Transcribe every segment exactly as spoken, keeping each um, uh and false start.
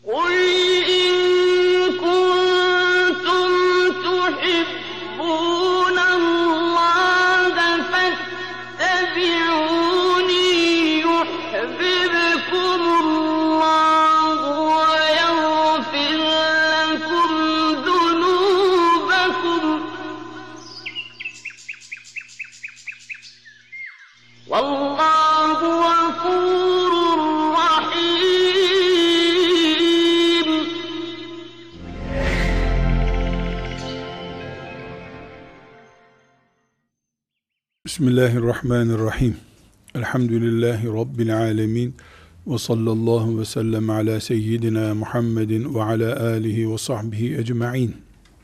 قُلْ إِن كُنتُمْ تُحِبُّونَ اللَّهَ فَاتَّبِعُونِي يُحْبِبْكُمُ اللَّهُ وَيَغْفِرْ لَكُمْ ذُنُوبَكُمْ وَاللَّهُ غَفُورٌ رَّحِيمٌ. Bismillahirrahmanirrahim. Elhamdülillahi Rabbil alemin. Ve sallallahu ve sellem ala seyyidina Muhammedin ve ala alihi ve sahbihi ecma'in.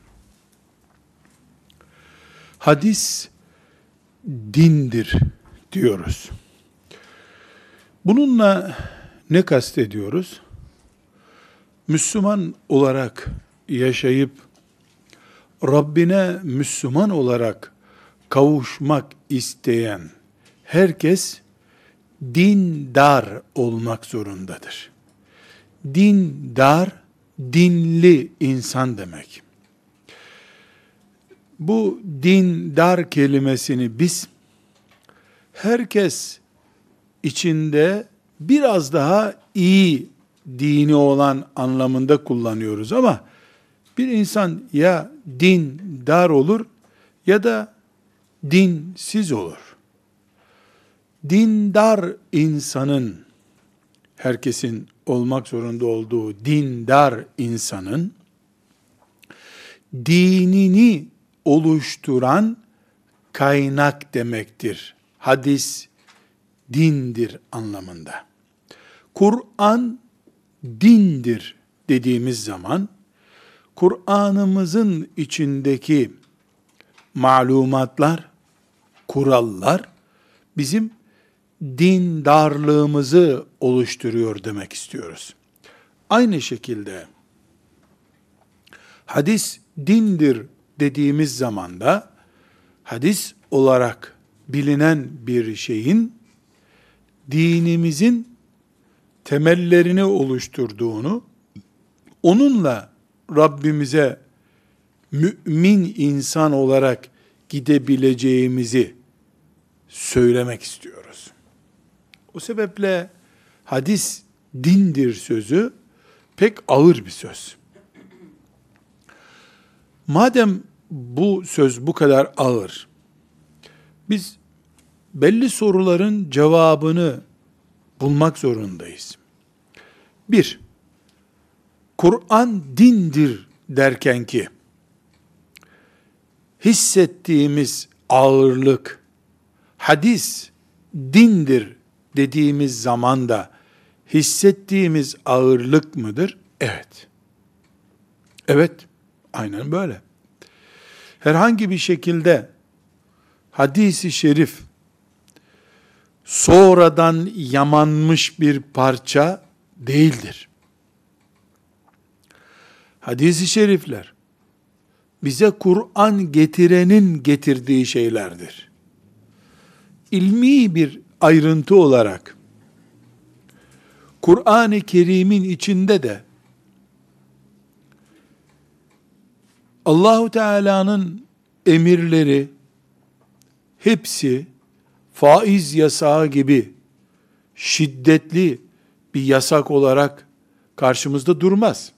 Hadis dindir diyoruz. Bununla ne kastediyoruz? Müslüman olarak yaşayıp Rabbine Müslüman olarak kavuşmak isteyen herkes dindar olmak zorundadır. Dindar, dinli insan demek. Bu dindar kelimesini biz herkes içinde biraz daha iyi dini olan anlamında kullanıyoruz ama bir insan ya dindar olur ya da dinsiz olur. Dindar insanın, herkesin olmak zorunda olduğu dindar insanın, dinini oluşturan kaynak demektir. Hadis, dindir anlamında. Kur'an, dindir dediğimiz zaman, Kur'an'ımızın içindeki malumatlar, kurallar, bizim dindarlığımızı oluşturuyor demek istiyoruz. Aynı şekilde, hadis dindir dediğimiz zaman da, hadis olarak bilinen bir şeyin, dinimizin temellerini oluşturduğunu, onunla Rabbimize mümin insan olarak gidebileceğimizi söylemek istiyoruz. O sebeple hadis dindir sözü pek ağır bir söz. Madem bu söz bu kadar ağır, biz belli soruların cevabını bulmak zorundayız. Bir, Kur'an dindir derken ki, hissettiğimiz ağırlık, hadis dindir dediğimiz zaman da hissettiğimiz ağırlık mıdır? Evet. Evet, aynen böyle. Herhangi bir şekilde hadis-i şerif sonradan yamanmış bir parça değildir. Hadis-i şerifler bize Kur'an getirenin getirdiği şeylerdir. İlmi bir ayrıntı olarak Kur'an-ı Kerim'in içinde de Allahu Teala'nın emirleri hepsi faiz yasağı gibi şiddetli bir yasak olarak karşımızda durmaz.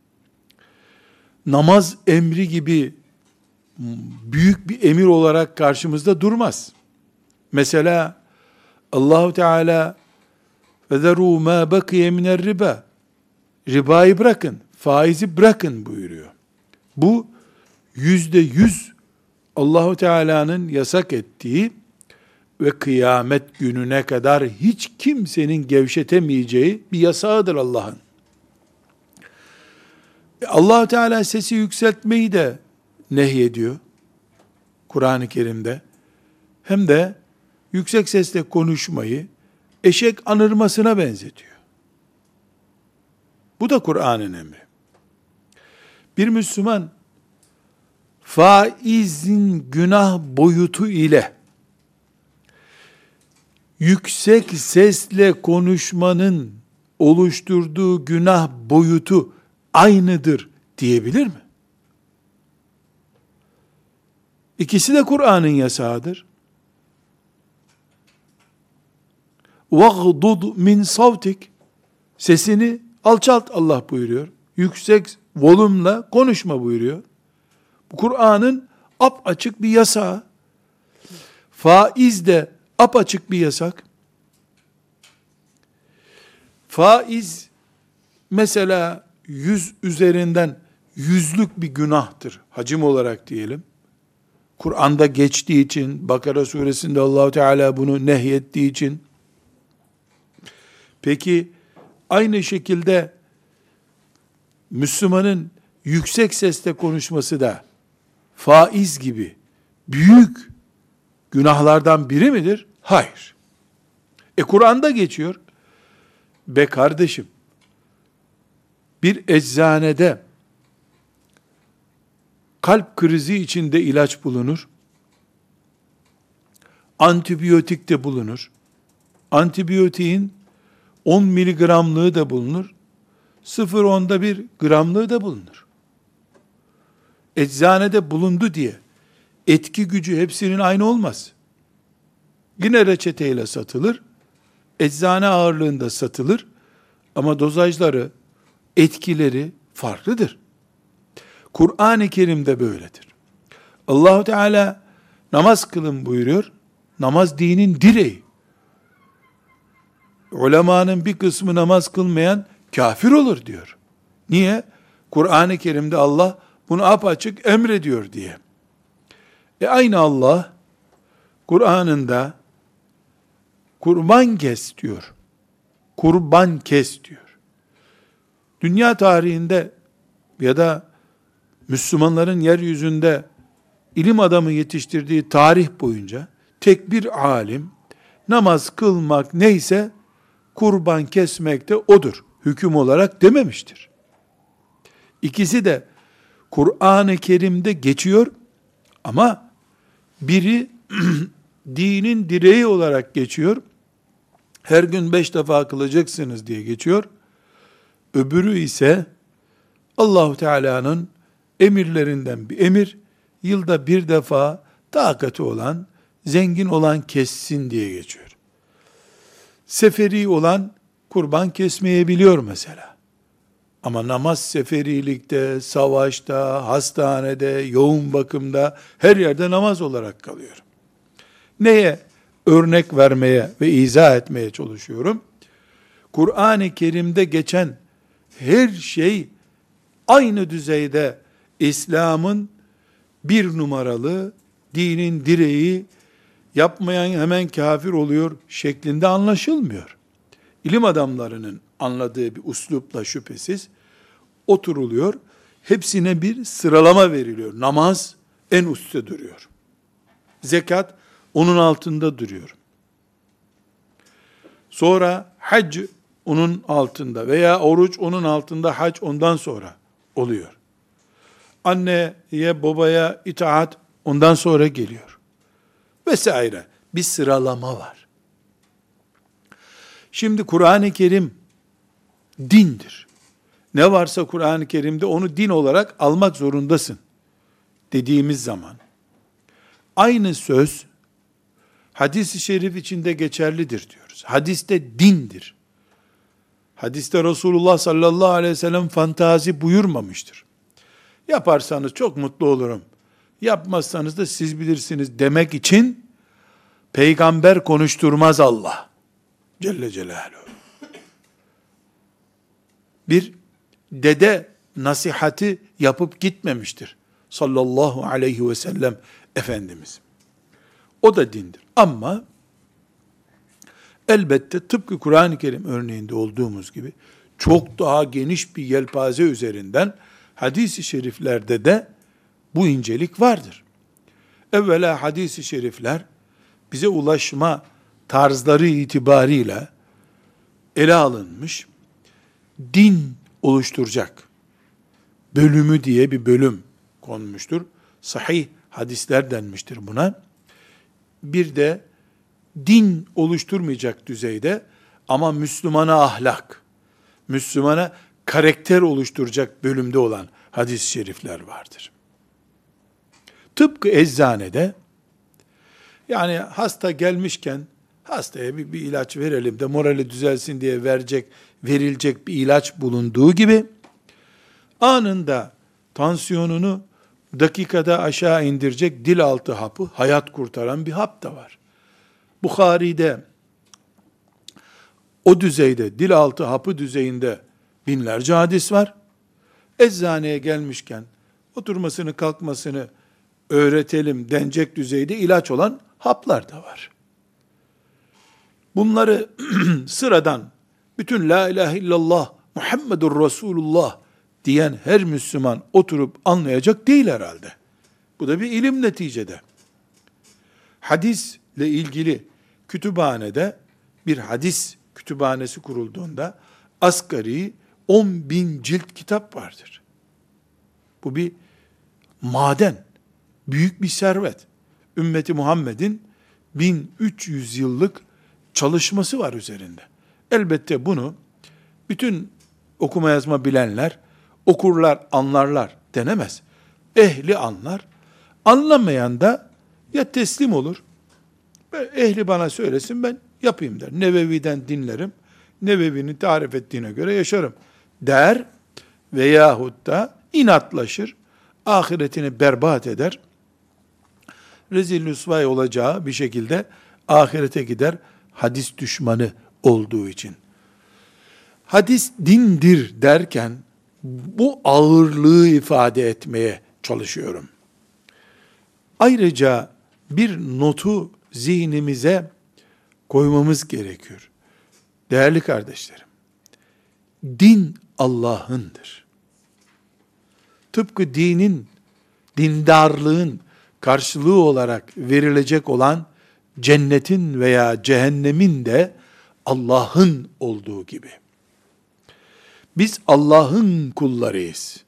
Namaz emri gibi büyük bir emir olarak karşımızda durmaz. Mesela Allahu Teala فَذَرُوا مَا بَقِيَ مِنَ الرِّبَى ribayı bırakın, faizi bırakın buyuruyor. Bu yüzde yüz Allahu Teala'nın yasak ettiği ve kıyamet gününe kadar hiç kimsenin gevşetemeyeceği bir yasağıdır Allah'ın. Allah-u Teala sesi yükseltmeyi de nehyediyor Kur'an-ı Kerim'de. Hem de yüksek sesle konuşmayı eşek anırmasına benzetiyor. Bu da Kur'an'ın emri. Bir Müslüman faizin günah boyutu ile yüksek sesle konuşmanın oluşturduğu günah boyutu aynıdır diyebilir mi? İkisi de Kur'an'ın yasağıdır. وَغْضُضْ min savtik, sesini alçalt Allah buyuruyor. Yüksek volümle konuşma buyuruyor. Bu Kur'an'ın apaçık bir yasağı. Faiz de apaçık bir yasak. Faiz mesela yüz üzerinden yüzlük bir günahtır. Hacim olarak diyelim. Kur'an'da geçtiği için, Bakara suresinde Allah-u Teala bunu nehyettiği için. Peki aynı şekilde Müslümanın yüksek sesle konuşması da faiz gibi büyük günahlardan biri midir? Hayır. E Kur'an'da geçiyor. Be kardeşim, bir eczanede kalp krizi içinde ilaç bulunur. Antibiyotik de bulunur. Antibiyotiğin on miligramlığı da bulunur. sıfır virgül onda bir gramlığı da bulunur. Eczanede bulundu diye etki gücü hepsinin aynı olmaz. Yine reçeteyle satılır. Eczane ağırlığında satılır. Ama dozajları, etkileri farklıdır. Kur'an-ı Kerim'de böyledir. Allah-u Teala namaz kılın buyuruyor. Namaz dinin direği. Ulemanın bir kısmı namaz kılmayan kafir olur diyor. Niye? Kur'an-ı Kerim'de Allah bunu apaçık emrediyor diye. E aynı Allah Kur'an'ında kurban kes diyor. Kurban kes diyor. Dünya tarihinde ya da Müslümanların yeryüzünde ilim adamı yetiştirdiği tarih boyunca tek bir alim namaz kılmak neyse kurban kesmek de odur. Hüküm olarak dememiştir. İkisi de Kur'an-ı Kerim'de geçiyor ama biri dinin direği olarak geçiyor. Her gün beş defa kılacaksınız diye geçiyor. Öbürü ise Allah-u Teala'nın emirlerinden bir emir, yılda bir defa takati olan, zengin olan kessin diye geçiyor. Seferi olan kurban kesmeyebiliyor mesela. Ama namaz seferilikte, savaşta, hastanede, yoğun bakımda her yerde namaz olarak kalıyor. Neye örnek vermeye ve izah etmeye çalışıyorum? Kur'an-ı Kerim'de geçen her şey aynı düzeyde İslam'ın bir numaralı, dinin direği, yapmayan hemen kafir oluyor şeklinde anlaşılmıyor. İlim adamlarının anladığı bir üslupla şüphesiz oturuluyor. Hepsine bir sıralama veriliyor. Namaz en üstte duruyor. Zekat onun altında duruyor. Sonra hac onun altında veya oruç onun altında, hac ondan sonra oluyor. Anneye, babaya itaat ondan sonra geliyor. Vesaire. Bir sıralama var. Şimdi Kur'an-ı Kerim dindir. Ne varsa Kur'an-ı Kerim'de onu din olarak almak zorundasın dediğimiz zaman aynı söz hadis-i şerif içinde geçerlidir diyoruz. Hadiste dindir. Hadiste Resulullah sallallahu aleyhi ve sellem fantazi buyurmamıştır. Yaparsanız çok mutlu olurum. Yapmazsanız da siz bilirsiniz demek için peygamber konuşturmaz Allah Celle Celaluhu. Bir dede nasihati yapıp gitmemiştir sallallahu aleyhi ve sellem Efendimiz. O da dindir. Ama elbette tıpkı Kur'an-ı Kerim örneğinde olduğumuz gibi çok daha geniş bir yelpaze üzerinden hadis-i şeriflerde de bu incelik vardır. Evvela hadis-i şerifler bize ulaşma tarzları itibarıyla ele alınmış, din oluşturacak bölümü diye bir bölüm konmuştur. Sahih hadisler denmiştir buna. Bir de din oluşturmayacak düzeyde ama Müslümana ahlak, Müslümana karakter oluşturacak bölümde olan hadis-i şerifler vardır. Tıpkı eczanede, yani hasta gelmişken hastaya bir, bir ilaç verelim de morali düzelsin diye verecek, verilecek bir ilaç bulunduğu gibi, anında tansiyonunu dakikada aşağı indirecek dil altı hapı, hayat kurtaran bir hap da var. Bukhari'de o düzeyde, dil altı hapı düzeyinde binlerce hadis var. Eczaneye gelmişken oturmasını kalkmasını öğretelim denecek düzeyde ilaç olan haplar da var. Bunları sıradan bütün la ilahe illallah Muhammedur Resulullah diyen her Müslüman oturup anlayacak değil herhalde. Bu da bir ilim neticede. Hadisle ilgili kütüphanede bir hadis kütüphanesi kurulduğunda asgari on bin cilt kitap vardır. Bu bir maden, büyük bir servet. Ümmeti Muhammed'in bin üç yüz yıllık çalışması var üzerinde. Elbette bunu bütün okuma yazma bilenler okurlar, anlarlar denemez. Ehli anlar. Anlamayan da ya teslim olur, ehli bana söylesin ben yapayım der. Nevevi'den dinlerim, Nevevi'nin tarif ettiğine göre yaşarım der veyahut da inatlaşır, ahiretini berbat eder, rezil rüsvay olacağı bir şekilde ahirete gider, hadis düşmanı olduğu için. Hadis dindir derken bu ağırlığı ifade etmeye çalışıyorum. Ayrıca bir notu zihnimize koymamız gerekiyor. Değerli kardeşlerim, din Allah'ındır. Tıpkı dinin, dindarlığın karşılığı olarak verilecek olan cennetin veya cehennemin de Allah'ın olduğu gibi. Biz Allah'ın kullarıyız.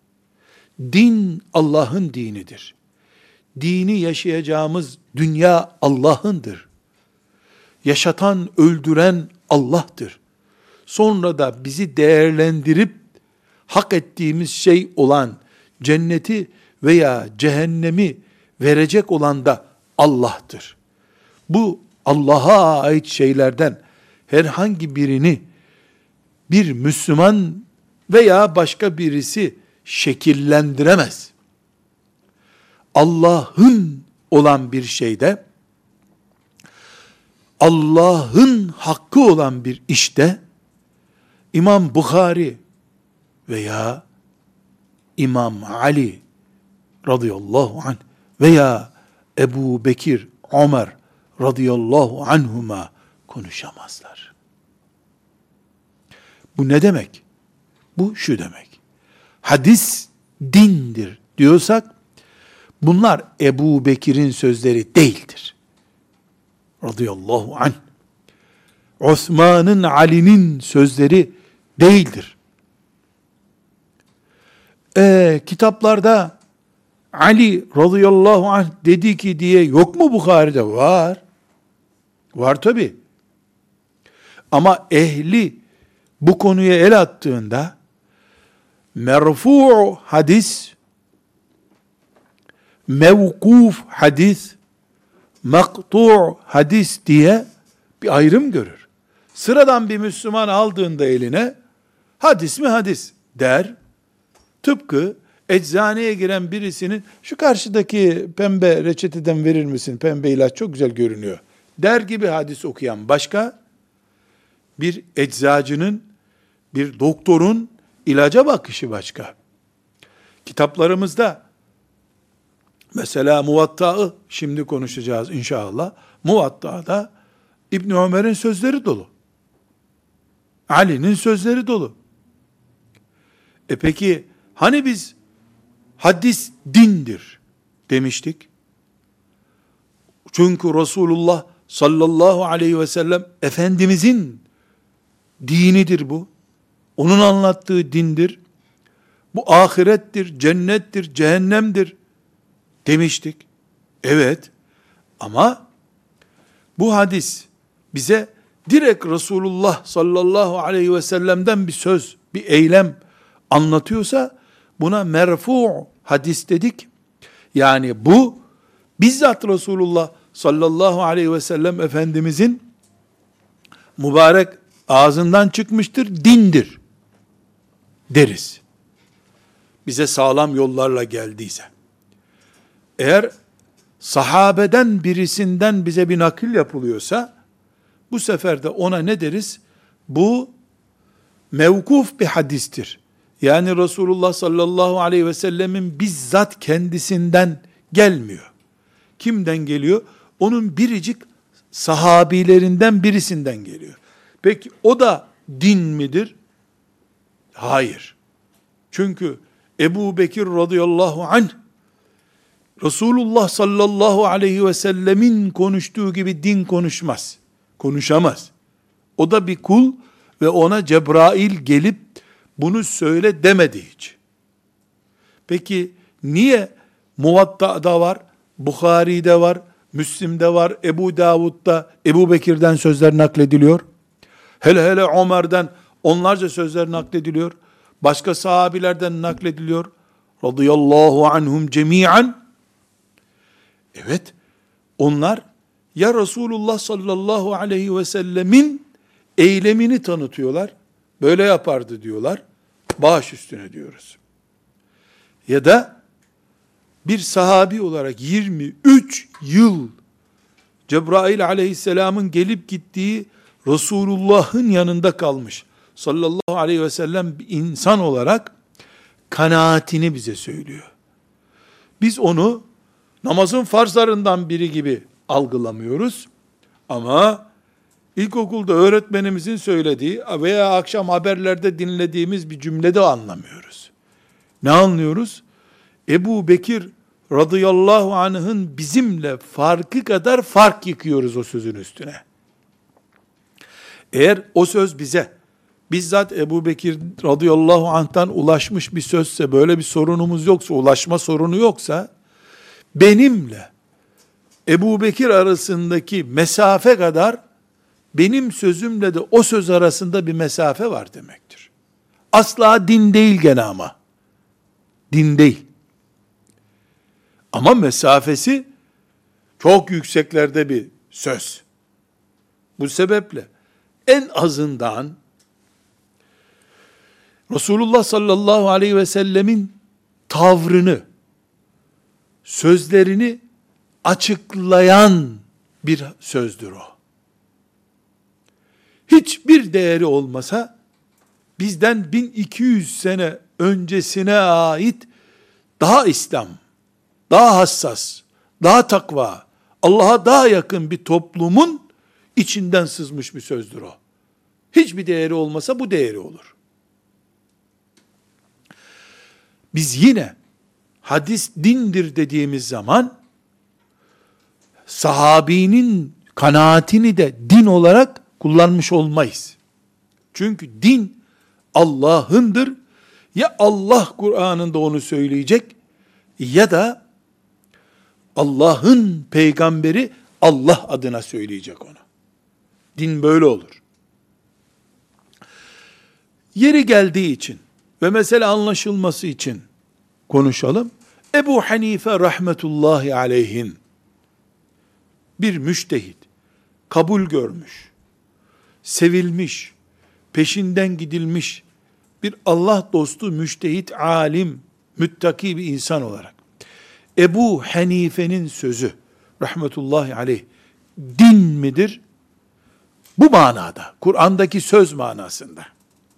Din Allah'ın dinidir. Dini yaşayacağımız dünya Allah'ındır. Yaşatan, öldüren Allah'tır. Sonra da bizi değerlendirip hak ettiğimiz şey olan cenneti veya cehennemi verecek olan da Allah'tır. Bu Allah'a ait şeylerden herhangi birini bir Müslüman veya başka birisi şekillendiremez. Allah'ın olan bir şeyde, Allah'ın hakkı olan bir işte, İmam Bukhari veya İmam Ali radıyallahu anh veya Ebu Bekir, Ömer radıyallahu anhuma konuşamazlar. Bu ne demek? Bu şu demek. Hadis dindir diyorsak, bunlar Ebu Bekir'in sözleri değildir. Radıyallahu anh. Osman'ın, Ali'nin sözleri değildir. Ee, kitaplarda Ali radıyallahu anh dedi ki diye yok mu Bukhari'de? Var. Var tabi. Ama ehli bu konuya el attığında merfu' hadis, mevkuf hadis, maktu' hadis diye bir ayrım görür. Sıradan bir Müslüman aldığında eline hadis mi hadis der. Tıpkı eczaneye giren birisinin şu karşıdaki pembe reçeteden verir misin? Pembe ilaç çok güzel görünüyor der gibi hadis okuyan başka, bir eczacının, bir doktorun ilaca bakışı başka. Kitaplarımızda mesela Muvatta'ı şimdi konuşacağız inşallah. Muvatta'da İbn Ömer'in sözleri dolu. Ali'nin sözleri dolu. E peki hani biz hadis dindir demiştik? Çünkü Resulullah sallallahu aleyhi ve sellem Efendimizin dinidir bu. Onun anlattığı dindir. Bu ahirettir, cennettir, cehennemdir demiştik. Evet, ama bu hadis bize direkt Resulullah sallallahu aleyhi ve sellem'den bir söz, bir eylem anlatıyorsa buna merfu hadis dedik. Yani bu bizzat Resulullah sallallahu aleyhi ve sellem Efendimizin mübarek ağzından çıkmıştır, dindir deriz. Bize sağlam yollarla geldiyse. Eğer sahabeden birisinden bize bir nakil yapılıyorsa, bu sefer de ona ne deriz? Bu mevkuf bir hadistir. Yani Resulullah sallallahu aleyhi ve sellemin bizzat kendisinden gelmiyor. Kimden geliyor? Onun biricik sahabilerinden birisinden geliyor. Peki o da din midir? Hayır. Çünkü Ebu Bekir radıyallahu anh, Resulullah sallallahu aleyhi ve sellemin konuştuğu gibi din konuşmaz. Konuşamaz. O da bir kul ve ona Cebrail gelip bunu söyle demedi hiç. Peki niye Muvatta'da var, Bukhari'de var, Müslim'de var, Ebu Davud'da Ebu Bekir'den sözler naklediliyor? Hele hele Ömer'den onlarca sözler naklediliyor. Başka sahabilerden naklediliyor. Radıyallahu anhum cemiyen. Evet, onlar ya Resulullah sallallahu aleyhi ve sellemin eylemini tanıtıyorlar. Böyle yapardı diyorlar. Baş üstüne diyoruz. Ya da bir sahabi olarak yirmi üç yıl Cebrail aleyhisselamın gelip gittiği Resulullah'ın yanında kalmış sallallahu aleyhi ve sellem bir insan olarak kanaatini bize söylüyor. Biz onu namazın farzlarından biri gibi algılamıyoruz. Ama ilkokulda öğretmenimizin söylediği veya akşam haberlerde dinlediğimiz bir cümlede anlamıyoruz. Ne anlıyoruz? Ebu Bekir radıyallahu anh'ın bizimle farkı kadar fark yıkıyoruz o sözün üstüne. Eğer o söz bize bizzat Ebu Bekir radıyallahu anh'tan ulaşmış bir sözse, böyle bir sorunumuz yoksa, ulaşma sorunu yoksa, benimle Ebu Bekir arasındaki mesafe kadar benim sözümle de o söz arasında bir mesafe var demektir. Asla din değil gene ama. Din değil. Ama mesafesi çok yükseklerde bir söz. Bu sebeple en azından Resulullah sallallahu aleyhi ve sellemin tavrını, sözlerini açıklayan bir sözdür o. Hiçbir değeri olmasa, bizden bin iki yüz sene öncesine ait daha İslam, daha hassas, daha takva, Allah'a daha yakın bir toplumun içinden sızmış bir sözdür o. Hiçbir değeri olmasa bu değeri olur. Biz yine hadis dindir dediğimiz zaman sahabinin kanaatini de din olarak kullanmış olmayız. Çünkü din Allah'ındır. Ya Allah Kur'an'ında onu söyleyecek ya da Allah'ın peygamberi Allah adına söyleyecek onu. Din böyle olur. Yeri geldiği için ve mesele anlaşılması için konuşalım. Ebu Hanife rahmetullahi aleyhin bir müştehit, kabul görmüş, sevilmiş, peşinden gidilmiş bir Allah dostu, müştehit, alim, müttaki bir insan olarak Ebu Hanife'nin sözü rahmetullahi aleyh din midir? Bu manada, Kur'an'daki söz manasında.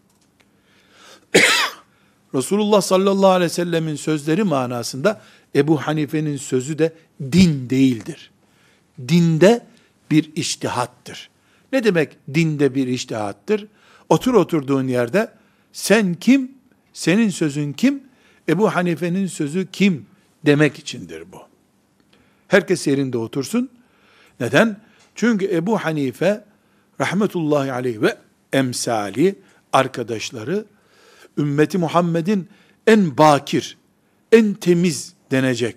Resulullah sallallahu aleyhi ve sellemin sözleri manasında Ebu Hanife'nin sözü de din değildir. Dinde bir içtihattır. Ne demek dinde bir içtihattır? Otur oturduğun yerde sen kim, senin sözün kim, Ebu Hanife'nin sözü kim demek içindir bu. Herkes yerinde otursun. Neden? Çünkü Ebu Hanife rahmetullahi aleyh ve emsali arkadaşları ümmeti Muhammed'in en bakir, en temiz denecek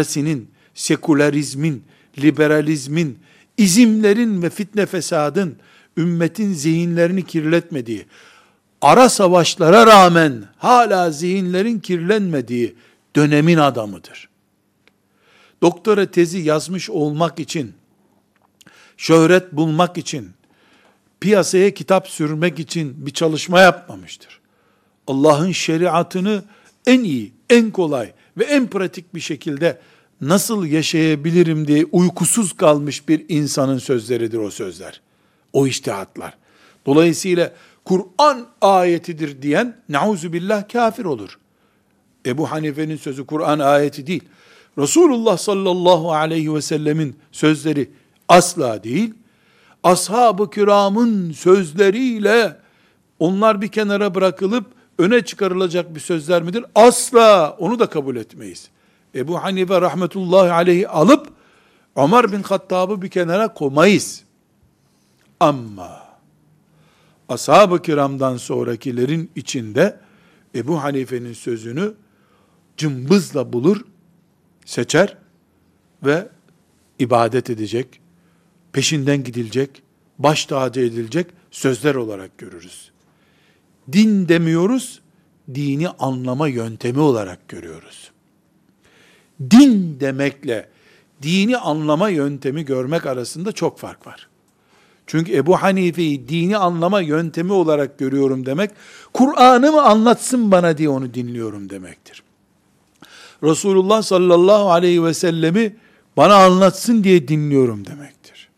demokrasinin, sekülerizmin, liberalizmin, izimlerin ve fitne fesadın ümmetin zihinlerini kirletmediği, ara savaşlara rağmen hala zihinlerin kirlenmediği dönemin adamıdır. Doktora tezi yazmış olmak için, şöhret bulmak için, piyasaya kitap sürmek için bir çalışma yapmamıştır. Allah'ın şeriatını en iyi, en kolay ve en pratik bir şekilde nasıl yaşayabilirim diye uykusuz kalmış bir insanın sözleridir o sözler. O içtihatlar. Dolayısıyla Kur'an ayetidir diyen nauzubillah kafir olur. Ebu Hanife'nin sözü Kur'an ayeti değil. Resulullah sallallahu aleyhi ve sellemin sözleri asla değil. Ashab-ı kiramın sözleriyle onlar bir kenara bırakılıp öne çıkarılacak bir sözler midir? Asla, onu da kabul etmeyiz. Ebu Hanife rahmetullahi aleyhi alıp Ömer bin Hattab'ı bir kenara koymayız. Ama ashab-ı kiramdan sonrakilerin içinde Ebu Hanife'nin sözünü cımbızla bulur, seçer ve ibadet edecek, peşinden gidilecek, baş tacı edilecek sözler olarak görürüz. Din demiyoruz, dini anlama yöntemi olarak görüyoruz. Din demekle dini anlama yöntemi görmek arasında çok fark var. Çünkü Ebu Hanife'yi dini anlama yöntemi olarak görüyorum demek, Kur'an'ı mı anlatsın bana diye onu dinliyorum demektir. Resulullah sallallahu aleyhi ve sellemi bana anlatsın diye dinliyorum demektir.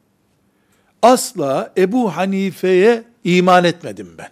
Asla Ebu Hanife'ye iman etmedim ben.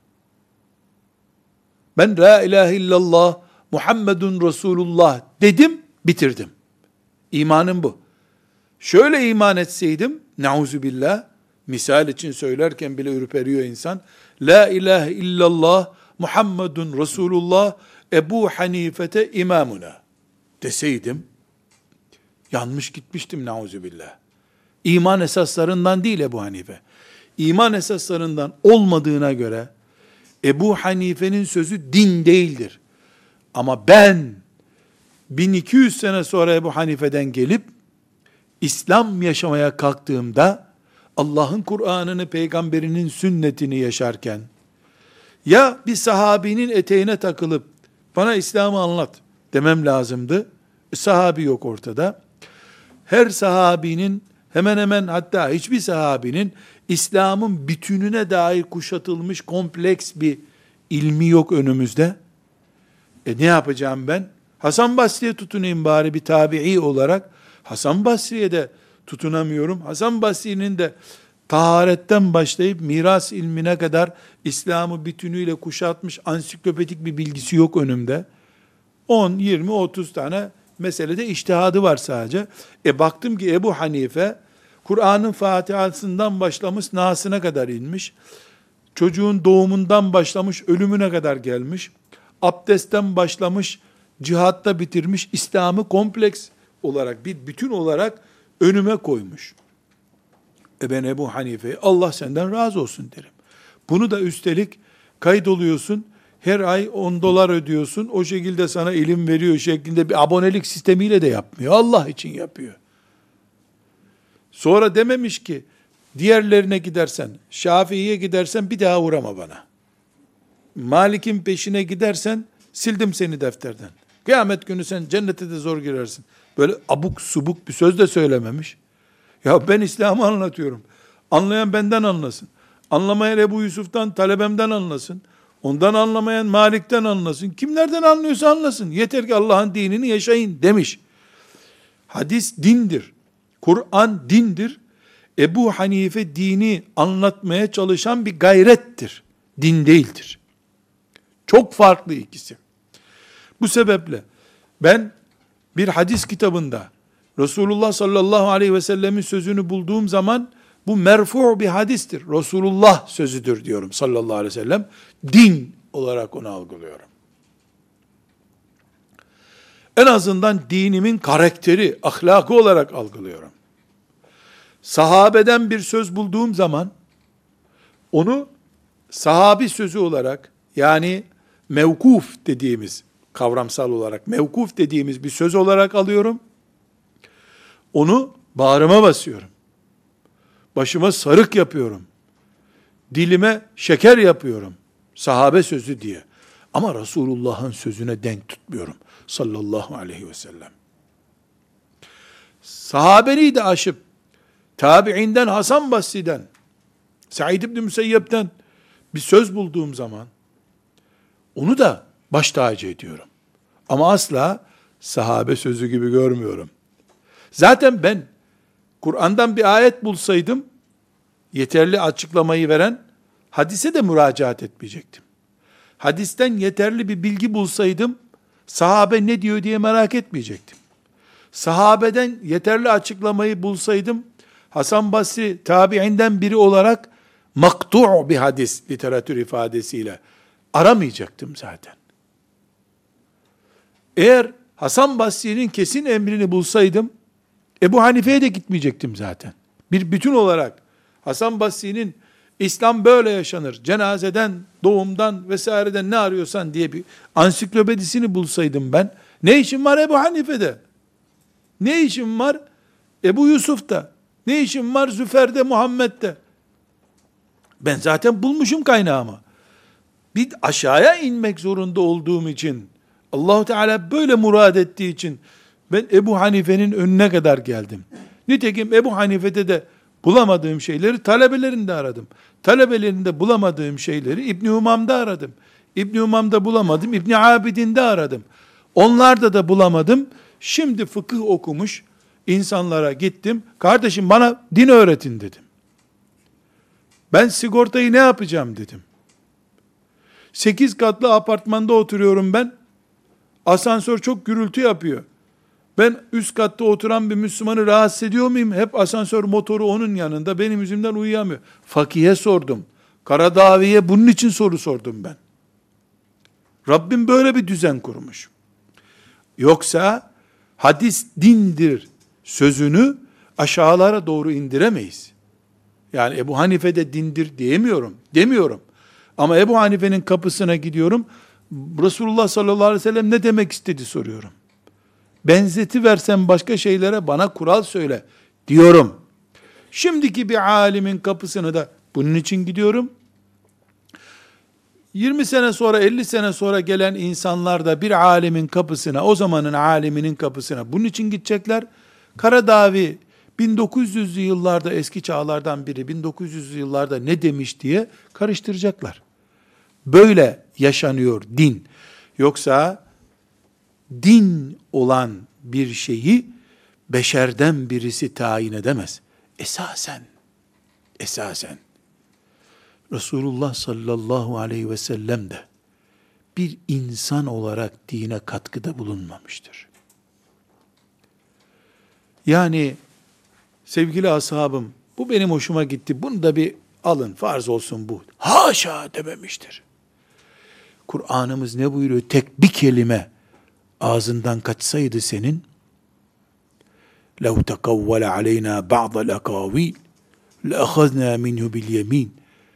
Ben la ilahe illallah Muhammedun Resulullah dedim, bitirdim. İmanım bu. Şöyle iman etseydim, nauzubillah, misal için söylerken bile ürperiyor insan, la ilahe illallah Muhammedun Resulullah Ebu Hanifete imamuna deseydim, yanmış gitmiştim nauzubillah. İman esaslarından değil Ebu Hanife. İman esaslarından olmadığına göre, Ebu Hanife'nin sözü din değildir. Ama ben bin iki yüz sene sonra Ebu Hanife'den gelip İslam yaşamaya kalktığımda Allah'ın Kur'an'ını, peygamberinin sünnetini yaşarken ya bir sahabinin eteğine takılıp bana İslam'ı anlat demem lazımdı. Sahabi yok ortada. Her sahabinin hemen hemen, hatta hiçbir sahabinin İslam'ın bütününe dair kuşatılmış kompleks bir ilmi yok önümüzde. E ne yapacağım ben? Hasan Basri'ye tutunayım bari bir tabi'i olarak. Hasan Basri'ye de tutunamıyorum. Hasan Basri'nin de taharetten başlayıp miras ilmine kadar İslam'ı bütünüyle kuşatmış ansiklopedik bir bilgisi yok önümde. on, yirmi, otuz tane meselede içtihadı var sadece. E baktım ki Ebu Hanife Kur'an'ın Fatiha'sından başlamış, Nas'ına kadar inmiş. Çocuğun doğumundan başlamış, ölümüne kadar gelmiş. Abdestten başlamış, cihatta bitirmiş. İslam'ı kompleks olarak, bir bütün olarak önüme koymuş. E ben Ebu Hanife'ye Allah senden razı olsun derim. Bunu da üstelik kaydoluyorsun, her ay on dolar ödüyorsun, o şekilde sana ilim veriyor şeklinde bir abonelik sistemiyle de yapmıyor. Allah için yapıyor. Sonra dememiş ki, diğerlerine gidersen, Şafii'ye gidersen bir daha uğrama bana. Malik'in peşine gidersen, sildim seni defterden. Kıyamet günü sen cennete de zor girersin. Böyle abuk subuk bir söz de söylememiş. Ya ben İslam'ı anlatıyorum. Anlayan benden anlasın. Anlamayan Ebu Yusuf'tan, talebemden anlasın. Ondan anlamayan Malik'ten anlasın. Kimlerden anlıyorsa anlasın. Yeter ki Allah'ın dinini yaşayın demiş. Hadis dindir. Kur'an dindir. Ebu Hanife dini anlatmaya çalışan bir gayrettir. Din değildir. Çok farklı ikisi. Bu sebeple ben bir hadis kitabında Resulullah sallallahu aleyhi ve sellemin sözünü bulduğum zaman bu merfu bir hadistir. Resulullah sözüdür diyorum sallallahu aleyhi ve sellem. Din olarak onu algılıyorum. En azından dinimin karakteri, ahlakı olarak algılıyorum. Sahabeden bir söz bulduğum zaman onu sahabi sözü olarak, yani mevkuf dediğimiz, kavramsal olarak mevkuf dediğimiz bir söz olarak alıyorum. Onu bağrıma basıyorum. Başıma sarık yapıyorum. dilime şeker yapıyorum. Sahabe sözü diye. Ama Resulullah'ın sözüne denk tutmuyorum. Sallallahu aleyhi ve sellem. Sahabeliği de aşıp, tabi'inden Hasan Basri'den, Said İbni Müseyyep'ten bir söz bulduğum zaman, onu da baş tacı ediyorum. Ama asla sahabe sözü gibi görmüyorum. Zaten ben Kur'an'dan bir ayet bulsaydım, yeterli açıklamayı veren, hadise de müracaat etmeyecektim. Hadisten yeterli bir bilgi bulsaydım, sahabe ne diyor diye merak etmeyecektim. Sahabeden yeterli açıklamayı bulsaydım, Hasan Basri tabiinden biri olarak maktu' bir hadis literatür ifadesiyle aramayacaktım zaten. Eğer Hasan Basri'nin kesin emrini bulsaydım, Ebu Hanife'ye de gitmeyecektim zaten. Bir bütün olarak Hasan Basri'nin İslam böyle yaşanır, cenazeden, doğumdan vesaireden ne arıyorsan diye bir ansiklopedisini bulsaydım ben, ne işim var Ebu Hanife'de? Ne işim var Ebu Yusuf'ta? Ne işim var Züfer'de, Muhammed'de? Ben zaten bulmuşum kaynağımı. Bir aşağıya inmek zorunda olduğum için, Allah-u Teala böyle murad ettiği için, ben Ebu Hanife'nin önüne kadar geldim. Nitekim Ebu Hanife'de de bulamadığım şeyleri talebelerinde aradım. Talebelerinde bulamadığım şeyleri İbn-i Umam'da aradım. İbn-i Umam'da bulamadım, İbn-i Abidin'de aradım. Onlarda da bulamadım. Şimdi fıkıh okumuş insanlara gittim. Kardeşim bana din öğretin dedim. Ben sigortayı ne yapacağım dedim. Sekiz katlı apartmanda oturuyorum ben. Asansör çok gürültü yapıyor. Ben üst katta oturan bir Müslümanı rahatsız ediyor muyum? Hep asansör motoru onun yanında. Benim yüzümden uyuyamıyor. Fakihe sordum. Karadağvi'ye bunun için soru sordum ben. Rabbim böyle bir düzen kurmuş. Yoksa hadis dindir sözünü aşağılara doğru indiremeyiz. Yani Ebu Hanife de dindir diyemiyorum. Demiyorum. Ama Ebu Hanife'nin kapısına gidiyorum. Resulullah sallallahu aleyhi ve sellem ne demek istedi soruyorum. Benzeti versen başka şeylere bana kural söyle diyorum. Şimdiki bir alimin kapısına da bunun için gidiyorum. yirmi sene sonra, elli sene sonra gelen insanlar da bir alimin kapısına, o zamanın aliminin kapısına bunun için gidecekler. Karadağvi bin dokuz yüzlü yıllarda, eski çağlardan biri bin dokuz yüzlü yıllarda ne demiş diye karıştıracaklar. Böyle yaşanıyor din. Yoksa din olan bir şeyi beşerden birisi tayin edemez. Esasen, esasen Resulullah sallallahu aleyhi ve sellem de bir insan olarak dine katkıda bulunmamıştır. Yani sevgili ashabım, bu benim hoşuma gitti, bunu da bir alın, farz olsun bu. Haşa dememiştir. Kur'an'ımız ne buyuruyor? Tek bir kelime ağzından kaçsaydı senin, لَوْ تَقَوَّلَ عَلَيْنَا بَعْضَ الْاَقَاوِيلِ لَأَخَذْنَا مِنْهُ بِالْيَمِينَ.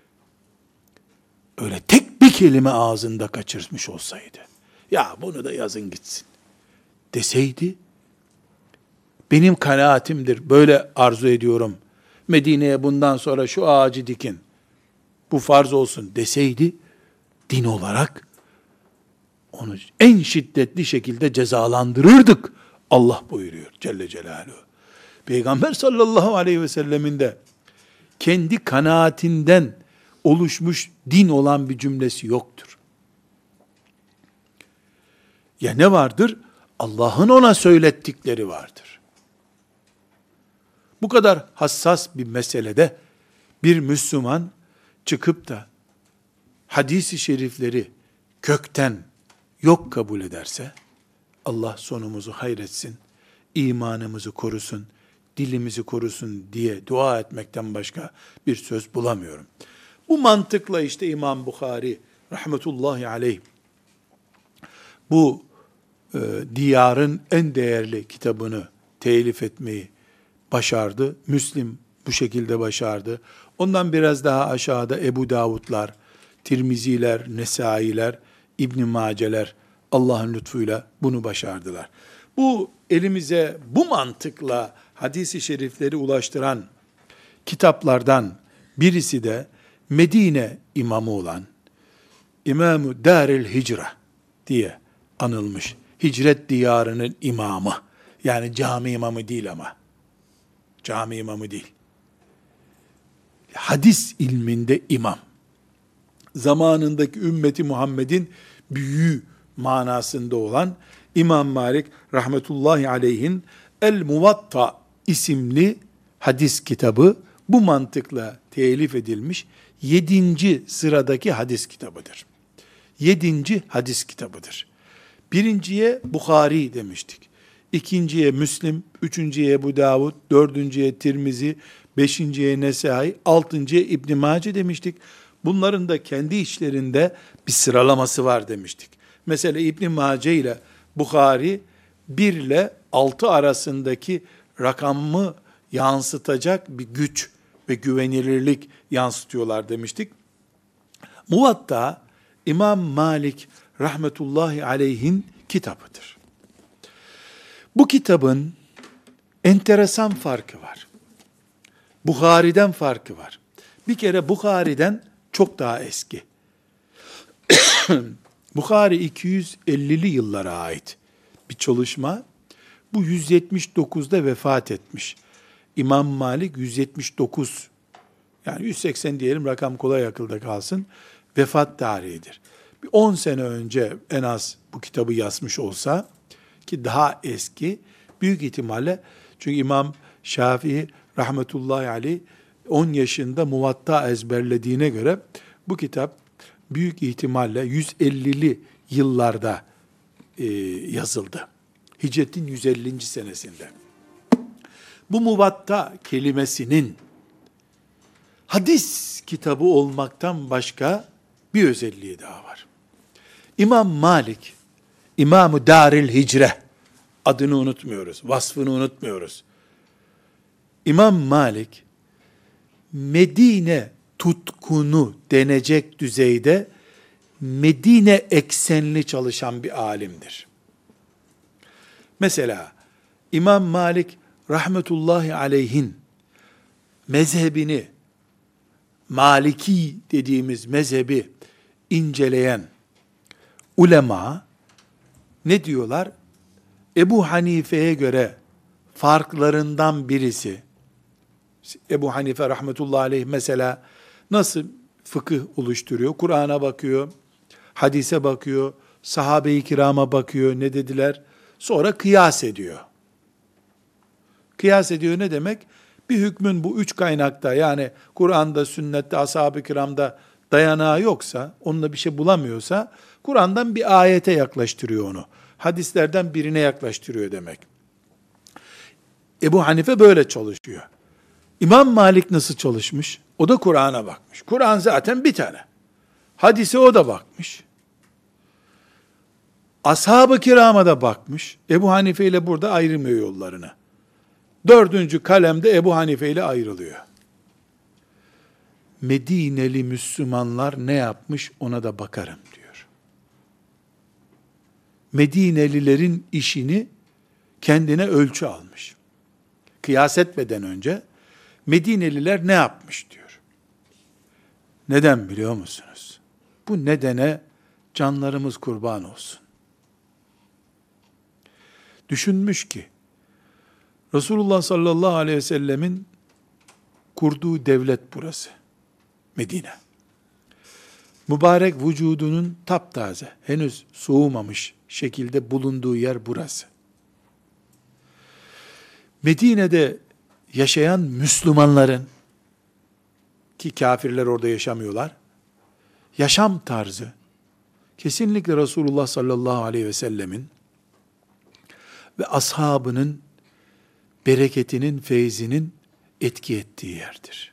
Öyle tek bir kelime ağzında kaçırmış olsaydı, ya bunu da yazın gitsin deseydi, benim kanaatimdir, böyle arzu ediyorum, Medine'ye bundan sonra şu ağacı dikin, bu farz olsun deseydi, din olarak onu en şiddetli şekilde cezalandırırdık. Allah buyuruyor Celle Celaluhu. Peygamber sallallahu aleyhi ve sellemin de kendi kanaatinden oluşmuş din olan bir cümlesi yoktur. Ya ne vardır? Allah'ın ona söylettikleri vardır. Bu kadar hassas bir meselede bir Müslüman çıkıp da hadis-i şerifleri kökten yok kabul ederse, Allah sonumuzu hayretsin, imanımızı korusun, dilimizi korusun diye dua etmekten başka bir söz bulamıyorum. Bu mantıkla işte İmam Bukhari rahmetullahi aleyh bu e, diyarın en değerli kitabını telif etmeyi başardı. Müslim bu şekilde başardı. Ondan biraz daha aşağıda Ebu Davudlar, Tirmiziler, Nesailer, İbn Maceler Allah'ın lütfuyla bunu başardılar. Bu elimize bu mantıkla hadis-i şerifleri ulaştıran kitaplardan birisi de Medine imamı olan İmam-ı Darül Hicre diye anılmış. Hicret diyarının imamı. Yani cami imamı değil ama. Cami imamı değil. Hadis ilminde imam. Zamanındaki ümmeti Muhammed'in büyüğü manasında olan İmam Malik rahmetullahi aleyhin El Muvatta isimli hadis kitabı bu mantıkla telif edilmiş yedinci sıradaki hadis kitabıdır. Yedinci hadis kitabıdır. Birinciye Bukhari demiştik. İkinciye Müslim, üçüncüye Ebu Davud, dördüncüye Tirmizi, beşinciye Nesai, altıncıya İbn Mace demiştik. Bunların da kendi içlerinde bir sıralaması var demiştik. Mesela İbn Mace ile Bukhari bir ile altı arasındaki rakamı yansıtacak bir güç ve güvenilirlik yansıtıyorlar demiştik. Muvatta İmam Malik rahmetullahi aleyhin kitabıdır. Bu kitabın enteresan farkı var. Bukhari'den farkı var. Bir kere Bukhari'den çok daha eski. Bukhari iki yüz ellili yıllara ait bir çalışma. Bu yüz yetmiş dokuzda vefat etmiş. İmam Malik yüz yetmiş dokuz, yani yüz seksen diyelim, rakam kolay akılda kalsın, vefat tarihidir. Bir on sene önce en az bu kitabı yazmış olsa, ki daha eski, büyük ihtimalle, çünkü İmam Şafii rahmetullahi aleyh on yaşında Muvatta ezberlediğine göre bu kitap büyük ihtimalle yüz ellili yıllarda e, yazıldı. Hicretin yüz ellinci senesinde. Bu Muvatta kelimesinin hadis kitabı olmaktan başka bir özelliği daha var. İmam Malik, İmam-ı Darül Hicre, adını unutmuyoruz, vasfını unutmuyoruz. İmam Malik, Medine tutkunu denecek düzeyde Medine eksenli çalışan bir alimdir. Mesela İmam Malik rahmetullahi aleyhin mezhebini, Maliki dediğimiz mezhebi inceleyen ulema ne diyorlar? Ebu Hanife'ye göre farklarından birisi, Ebu Hanife rahmetullahi aleyh mesela nasıl fıkıh oluşturuyor? Kur'an'a bakıyor, hadise bakıyor, sahabe-i kirama bakıyor, ne dediler? Sonra kıyas ediyor. Kıyas ediyor ne demek? Bir hükmün bu üç kaynakta, yani Kur'an'da, sünnette, ashab-ı kiramda dayanağı yoksa, onunla bir şey bulamıyorsa, Kur'an'dan bir ayete yaklaştırıyor onu. Hadislerden birine yaklaştırıyor demek. Ebu Hanife böyle çalışıyor. İmam Malik nasıl çalışmış? O da Kur'an'a bakmış. Kur'an zaten bir tane. Hadise o da bakmış. Ashab-ı kirama da bakmış. Ebu Hanife ile burada ayrılmıyor yollarını. Dördüncü kalemde Ebu Hanife ile ayrılıyor. Medineli Müslümanlar ne yapmış ona da bakarım diyor. Medinelilerin işini kendine ölçü almış. Kıyas etmeden önce Medineliler ne yapmış diyor. Neden biliyor musunuz? Bu nedene canlarımız kurban olsun. Düşünmüş ki Resulullah sallallahu aleyhi ve sellemin kurduğu devlet burası. Medine. Mübarek vücudunun taptaze, henüz soğumamış şekilde bulunduğu yer burası. Medine'de yaşayan Müslümanların, ki kafirler orada yaşamıyorlar, yaşam tarzı kesinlikle Resulullah sallallahu aleyhi ve sellemin ve ashabının bereketinin, feyzinin etki ettiği yerdir.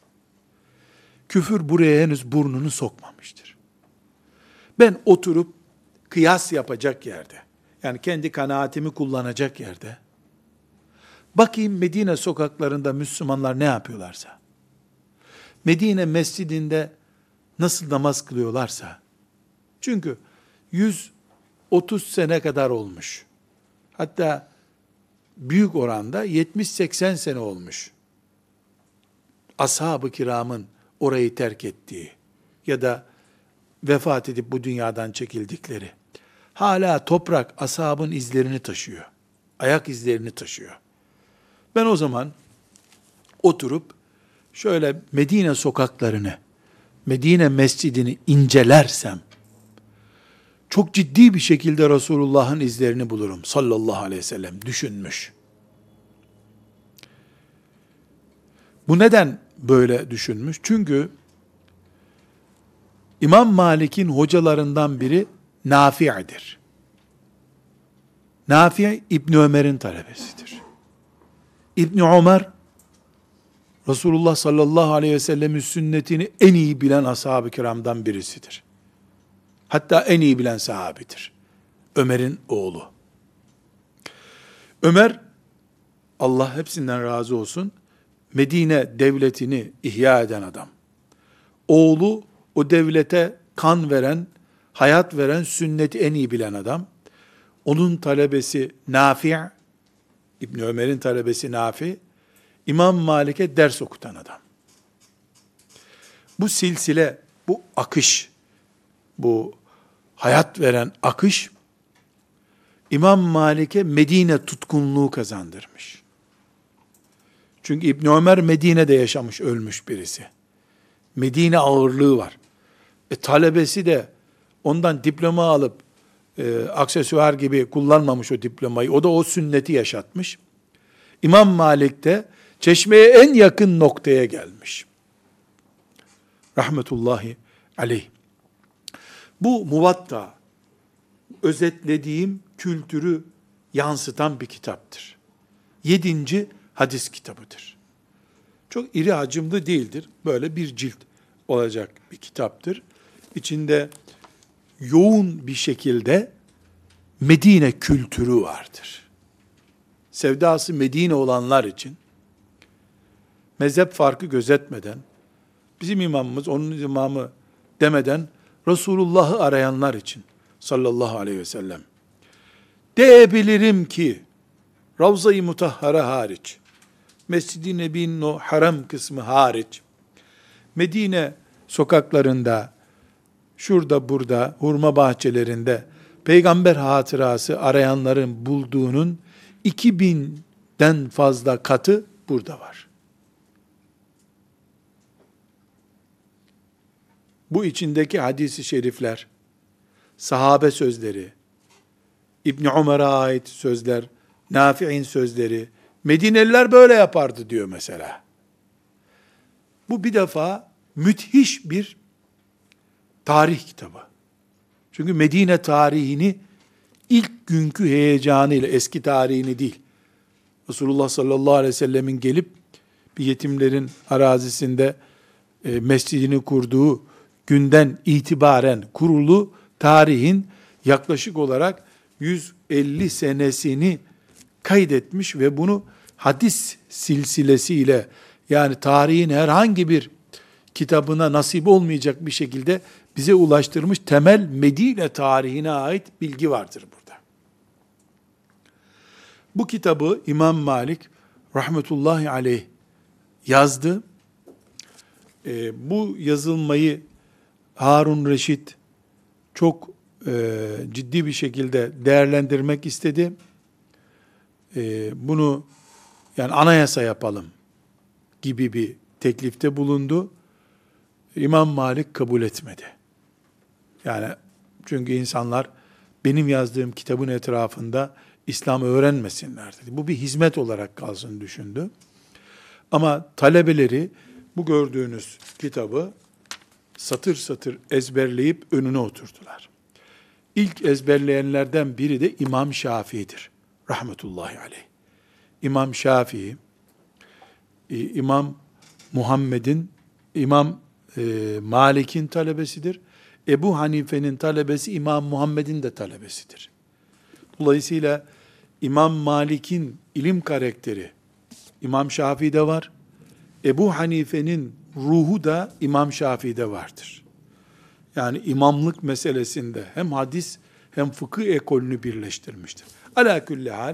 Küfür buraya henüz burnunu sokmamıştır. Ben oturup kıyas yapacak yerde, yani kendi kanaatimi kullanacak yerde, bakayım Medine sokaklarında Müslümanlar ne yapıyorlarsa, Medine mescidinde nasıl namaz kılıyorlarsa, çünkü yüz otuz sene kadar olmuş, hatta büyük oranda yetmiş seksen sene olmuş, ashab-ı kiramın orayı terk ettiği ya da vefat edip bu dünyadan çekildikleri, hala toprak ashabın izlerini taşıyor. Ayak izlerini taşıyor. Ben o zaman oturup şöyle Medine sokaklarını, Medine mescidini incelersem, çok ciddi bir şekilde Resulullah'ın izlerini bulurum sallallahu aleyhi ve sellem düşünmüş. Bu neden böyle düşünmüş? Çünkü İmam Malik'in hocalarından biri Nafi'dir. Nafi' İbni Ömer'in talebesidir. İbni Ömer, Resulullah sallallahu aleyhi ve sellemin sünnetini en iyi bilen ashab-ı kiramdan birisidir. Hatta en iyi bilen sahabidir. Ömer'in oğlu. Ömer, Allah hepsinden razı olsun, Medine devletini ihya eden adam. Oğlu, o devlete kan veren, hayat veren, sünneti en iyi bilen adam. Onun talebesi Nafi', İbni Ömer'in talebesi Nafi', İmam Malik'e ders okutan adam. Bu silsile, bu akış, bu hayat veren akış, İmam Malik'e Medine tutkunluğu kazandırmış. Çünkü İbn Ömer Medine'de yaşamış, ölmüş birisi. Medine ağırlığı var. E, talebesi de ondan diploma alıp e, aksesuar gibi kullanmamış o diplomayı. O da o sünneti yaşatmış. İmam Malik de çeşmeye en yakın noktaya gelmiş. Rahmetullahi aleyh. Bu Muvatta, özetlediğim kültürü yansıtan bir kitaptır. Yedinci hadis kitabıdır. Çok iri hacimli değildir. Böyle bir cilt olacak bir kitaptır. İçinde yoğun bir şekilde Medine kültürü vardır. Sevdası Medine olanlar için, mezhep farkı gözetmeden, bizim imamımız, onun imamı demeden, Resulullah'ı arayanlar için, sallallahu aleyhi ve sellem, diyebilirim ki, Ravza-i Mutahhara hariç, Mescid-i Nebi'nin o haram kısmı hariç, Medine sokaklarında, şurada burada, hurma bahçelerinde, peygamber hatırası arayanların bulduğunun iki binden fazla katı burada var. Bu içindeki hadis-i şerifler, sahabe sözleri, İbn Ömer'e ait sözler, Nafi'in sözleri, Medineliler böyle yapardı diyor mesela. Bu bir defa müthiş bir tarih kitabı. Çünkü Medine tarihini ilk günkü heyecanıyla, eski tarihini değil, Resulullah sallallahu aleyhi ve sellemin gelip bir yetimlerin arazisinde e, mescidini kurduğu günden itibaren kurulu tarihin yaklaşık olarak yüz elli senesini kaydetmiş ve bunu hadis silsilesiyle, yani tarihin herhangi bir kitabına nasip olmayacak bir şekilde bize ulaştırmış temel Medine tarihine ait bilgi vardır burada. Bu kitabı İmam Malik rahmetullahi aleyh yazdı. Ee, bu yazılmayı Harun Reşit çok e, ciddi bir şekilde değerlendirmek istedi. E, bunu yani anayasa yapalım gibi bir teklifte bulundu. İmam Malik kabul etmedi. Yani çünkü insanlar benim yazdığım kitabın etrafında İslam öğrenmesinler dedi. Bu bir hizmet olarak kalsın düşündü. Ama talebeleri bu gördüğünüz kitabı satır satır ezberleyip önüne oturdular. İlk ezberleyenlerden biri de İmam Şafii'dir. Rahmetullahi aleyh. İmam Şafii, İmam Muhammed'in, İmam e, Malik'in talebesidir. Ebu Hanife'nin talebesi İmam Muhammed'in de talebesidir. Dolayısıyla İmam Malik'in ilim karakteri İmam Şafii'de var. Ebu Hanife'nin ruhu da İmam Şafii'de vardır. Yani imamlık meselesinde hem hadis hem fıkıh ekolünü birleştirmiştir. Ala külli hal,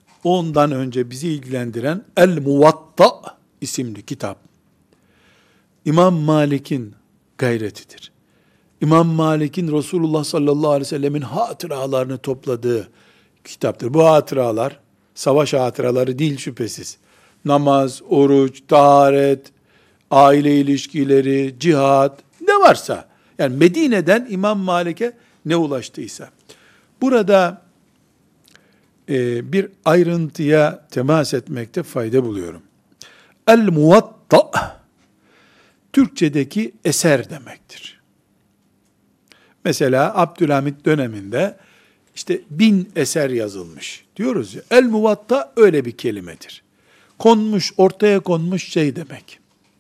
ondan önce bizi ilgilendiren El Muvatta isimli kitap. İmam Malik'in gayretidir. İmam Malik'in Resulullah sallallahu aleyhi ve sellemin hatıralarını topladığı kitaptır. Bu hatıralar savaş hatıraları değil şüphesiz. Namaz, oruç, taharet, aile ilişkileri, cihat, ne varsa. Yani Medine'den İmam Malik'e ne ulaştıysa. Burada e, bir ayrıntıya temas etmekte fayda buluyorum. El-Muvatta, Türkçedeki eser demektir. Mesela Abdülhamit döneminde işte bin eser yazılmış diyoruz ya. El-Muvatta öyle bir kelimedir. Konmuş, ortaya konmuş şey demek.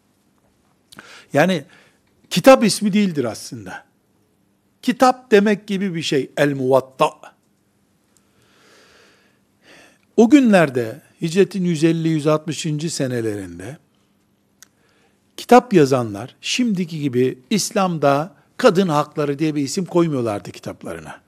Yani kitap ismi değildir aslında. Kitap demek gibi bir şey El-Muvatta. O günlerde hicretin yüz elli yüz altmışıncı senelerinde kitap yazanlar şimdiki gibi İslam'da kadın hakları diye bir isim koymuyorlardı kitaplarına.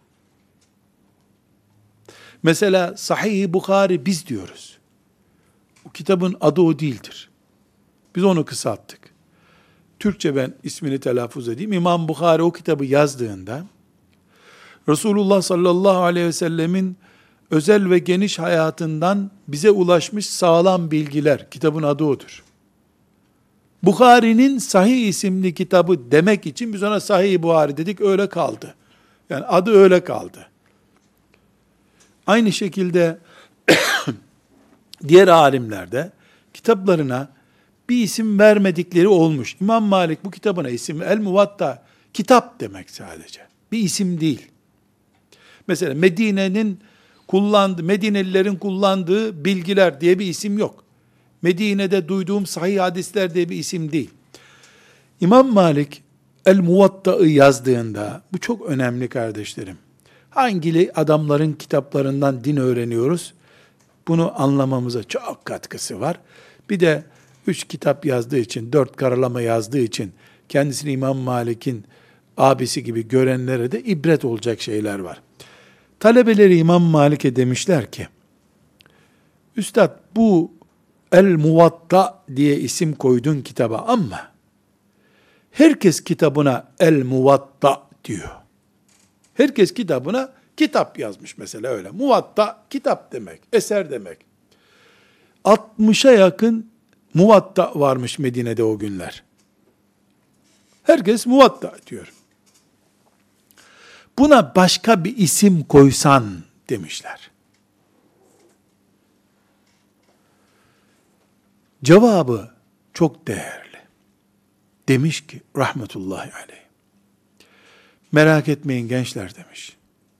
Mesela Sahih-i Bukhari biz diyoruz. O kitabın adı o değildir. Biz onu kısalttık. Türkçe ben ismini telaffuz edeyim. İmam Bukhari o kitabı yazdığında Resulullah sallallahu aleyhi ve sellemin özel ve geniş hayatından bize ulaşmış sağlam bilgiler. Kitabın adı odur. Bukhari'nin Sahih isimli kitabı demek için biz ona Sahih Buhari dedik, öyle kaldı. Yani adı öyle kaldı. Aynı şekilde diğer alimler de kitaplarına bir isim vermedikleri olmuş. İmam Malik bu kitabına isim, El-Muvatta kitap demek sadece. Bir isim değil. Mesela Medine'nin kullandığı, Medinelilerin kullandığı bilgiler diye bir isim yok. Medine'de duyduğum sahih hadisler diye bir isim değil. İmam Malik El-Muvatta'ı yazdığında, bu çok önemli kardeşlerim. Hangi adamların kitaplarından din öğreniyoruz? Bunu anlamamıza çok katkısı var. Bir de üç kitap yazdığı için, dört karalama yazdığı için kendisini İmam Malik'in abisi gibi görenlere de ibret olacak şeyler var. Talebeleri İmam Malik'e demişler ki, Üstad bu El-Muvatta diye isim koydun kitaba ama herkes kitabına El-Muvatta diyor. Herkes kitabına kitap yazmış mesela öyle. Muvatta kitap demek, eser demek. altmışa yakın Muvatta varmış Medine'de o günler. Herkes Muvatta diyor. Buna başka bir isim koysan demişler. Cevabı çok değerli. Demiş ki rahmetullahi aleyh. Merak etmeyin gençler demiş.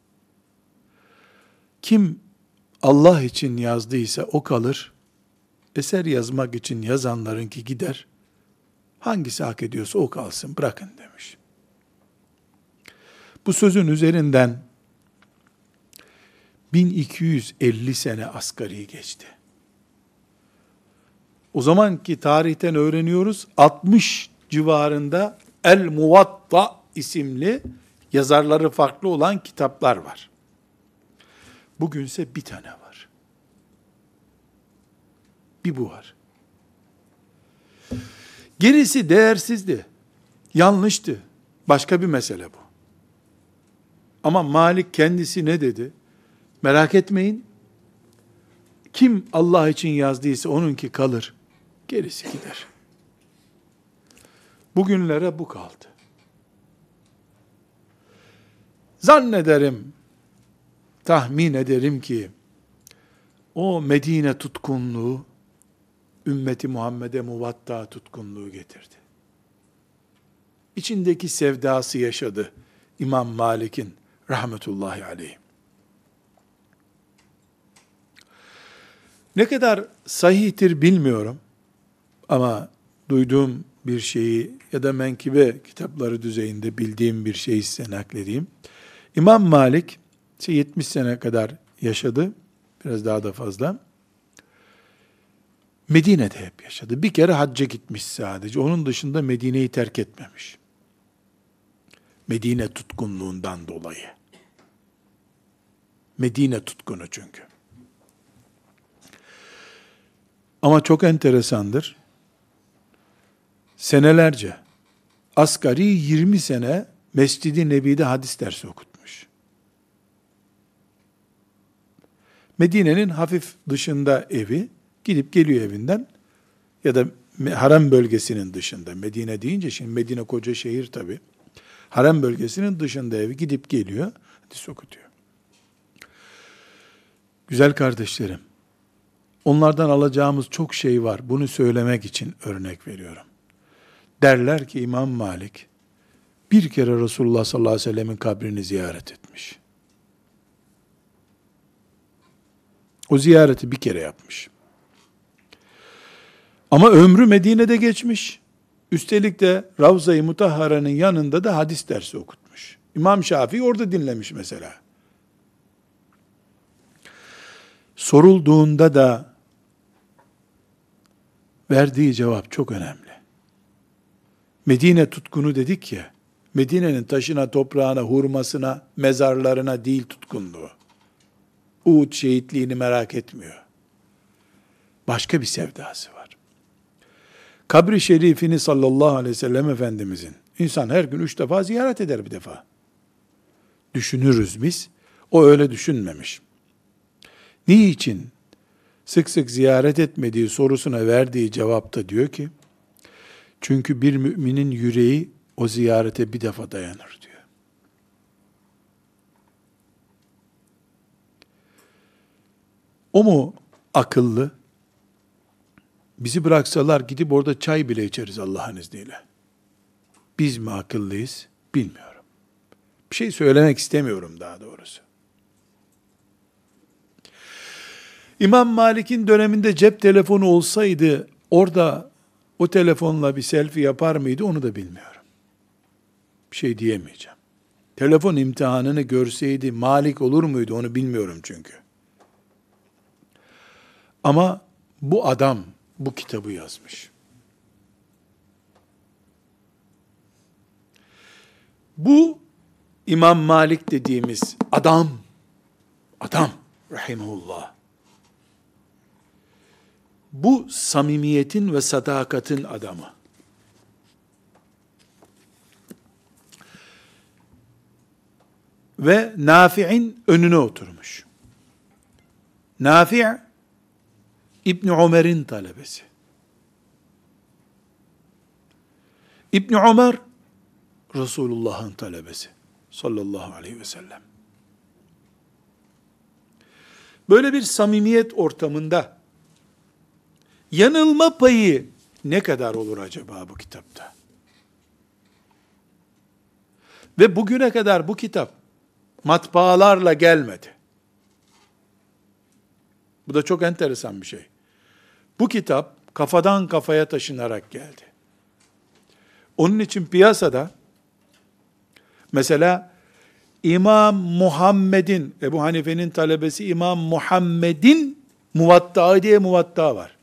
Kim Allah için yazdıysa o kalır. Eser yazmak için yazanlarınki gider. Hangisi hak ediyorsa o kalsın, bırakın demiş. Bu sözün üzerinden bin iki yüz elli sene asgari geçti. O zamanki tarihten öğreniyoruz, altmış civarında El-Muvatta isimli yazarları farklı olan kitaplar var. Bugünse bir tane var. Bir bu var. Gerisi değersizdi. Yanlıştı. Başka bir mesele bu. Ama Malik kendisi ne dedi? Merak etmeyin. Kim Allah için yazdıysa onunki kalır. Gerisi gider. Bugünlere bu kaldı. Zannederim, tahmin ederim ki o Medine tutkunluğu ümmeti Muhammed'e Muvatta tutkunluğu getirdi. İçindeki sevdası yaşadı İmam Malik'in rahmetullahi aleyh. Ne kadar sahihtir bilmiyorum ama duyduğum bir şeyi ya da menkıbe kitapları düzeyinde bildiğim bir şeyi size nakledeyim. İmam Malik yetmiş sene kadar yaşadı, biraz daha da fazla. Medine'de hep yaşadı. Bir kere hacca gitmiş sadece. Onun dışında Medine'yi terk etmemiş. Medine tutkunluğundan dolayı. Medine tutkunu çünkü. Ama çok enteresandır. senelerce, asgari yirmi sene Mescid-i Nebi'de hadis dersi okutmuş. Medine'nin hafif dışında evi, gidip geliyor evinden, ya da harem bölgesinin dışında, Medine deyince şimdi Medine koca şehir tabi, harem bölgesinin dışında evi, gidip geliyor, hadis okutuyor. Güzel kardeşlerim, onlardan alacağımız çok şey var, bunu söylemek için örnek veriyorum. Derler ki İmam Malik, bir kere Resulullah sallallahu aleyhi ve sellemin kabrini ziyaret etmiş. O ziyareti bir kere yapmış. Ama ömrü Medine'de geçmiş. Üstelik de Ravza-i Mutahhara'nın yanında da hadis dersi okutmuş. İmam Şafii orada dinlemiş mesela. Sorulduğunda da verdiği cevap çok önemli. Medine tutkunu dedik ya, Medine'nin taşına, toprağına, hurmasına, mezarlarına değil tutkunluğu. Uhud şehitliğini merak etmiyor. Başka bir sevdası var. Kabri şerifini sallallahu aleyhi ve sellem Efendimizin, insan her gün üç defa ziyaret eder bir defa. Düşünürüz biz, o öyle düşünmemiş. Niçin sık sık ziyaret etmediği sorusuna verdiği cevapta diyor ki, çünkü bir müminin yüreği o ziyarete bir defa dayanır diyor. O mu akıllı? Bizi bıraksalar gidip orada çay bile içeriz Allah'ın izniyle. Biz mi akıllıyız? Bilmiyorum. Bir şey söylemek istemiyorum daha doğrusu. İmam Malik'in döneminde cep telefonu olsaydı orada o telefonla bir selfie yapar mıydı onu da bilmiyorum. Bir şey diyemeyeceğim. Telefon imtihanını görseydi Malik olur muydu onu bilmiyorum çünkü. Ama bu adam bu kitabı yazmış. Bu İmam Malik dediğimiz adam, adam rahimehullah, bu samimiyetin ve sadakatin adamı. Ve Nafi'in önüne oturmuş. Nafi' İbn Ömer'in talebesi. İbn Ömer Resulullah'ın talebesi sallallahu aleyhi ve sellem. Böyle bir samimiyet ortamında yanılma payı ne kadar olur acaba bu kitapta? Ve bugüne kadar bu kitap matbaalarla gelmedi. Bu da çok enteresan bir şey. Bu kitap kafadan kafaya taşınarak geldi. Onun için piyasada mesela İmam Muhammed'in, Ebu Hanife'nin talebesi İmam Muhammed'in Muvatta diye Muvatta var.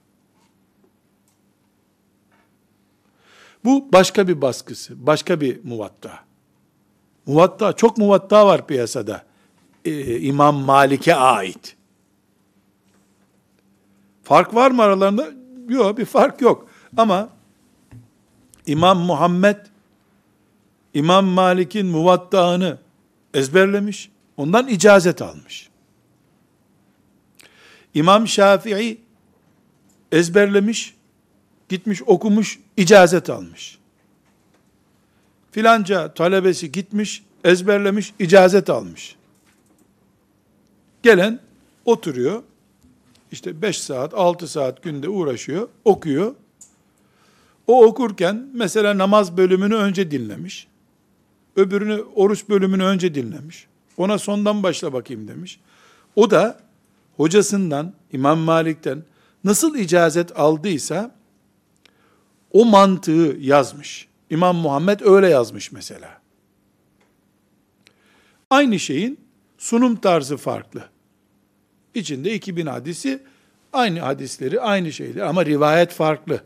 Bu başka bir baskısı, başka bir Muvatta. Muvatta, çok Muvatta var piyasada. Ee, İmam Malik'e ait. Fark var mı aralarında? Yok, bir fark yok. Ama İmam Muhammed, İmam Malik'in Muvatta'ını ezberlemiş, ondan icazet almış. İmam Şafii ezberlemiş, gitmiş okumuş, icazet almış. Filanca talebesi gitmiş, ezberlemiş, icazet almış. Gelen oturuyor, işte beş saat, altı saat günde uğraşıyor, okuyor. O okurken mesela namaz bölümünü önce dinlemiş. Öbürünü, oruç bölümünü önce dinlemiş. Ona sondan başla bakayım demiş. O da hocasından, İmam Malik'ten nasıl icazet aldıysa o mantığı yazmış. İmam Muhammed öyle yazmış mesela. Aynı şeyin sunum tarzı farklı. İçinde iki bin hadisi, aynı hadisleri, aynı şeyleri ama rivayet farklı.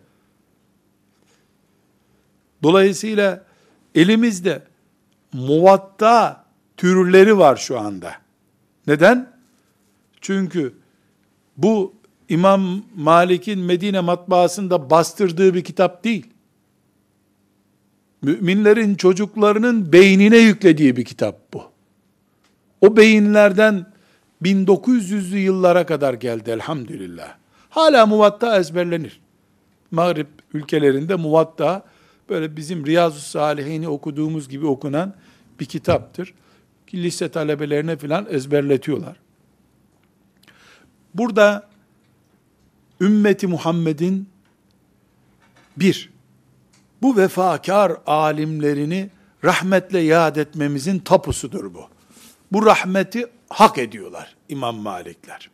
Dolayısıyla elimizde muvatta türleri var şu anda. Neden? Çünkü bu İmam Malik'in Medine matbaasında bastırdığı bir kitap değil. müminlerin çocuklarının beynine yüklediği bir kitap bu. O beyinlerden bin dokuz yüzlü yıllara kadar geldi elhamdülillah. Hala Muvatta ezberlenir. Mağrip ülkelerinde Muvatta böyle bizim Riyazu Salihini okuduğumuz gibi okunan bir kitaptır. Lise talebelerine filan ezberletiyorlar. Burada ümmeti Muhammed'in bir, bu vefakar alimlerini rahmetle yad etmemizin tapusudur bu. Bu rahmeti hak ediyorlar İmam Malikler.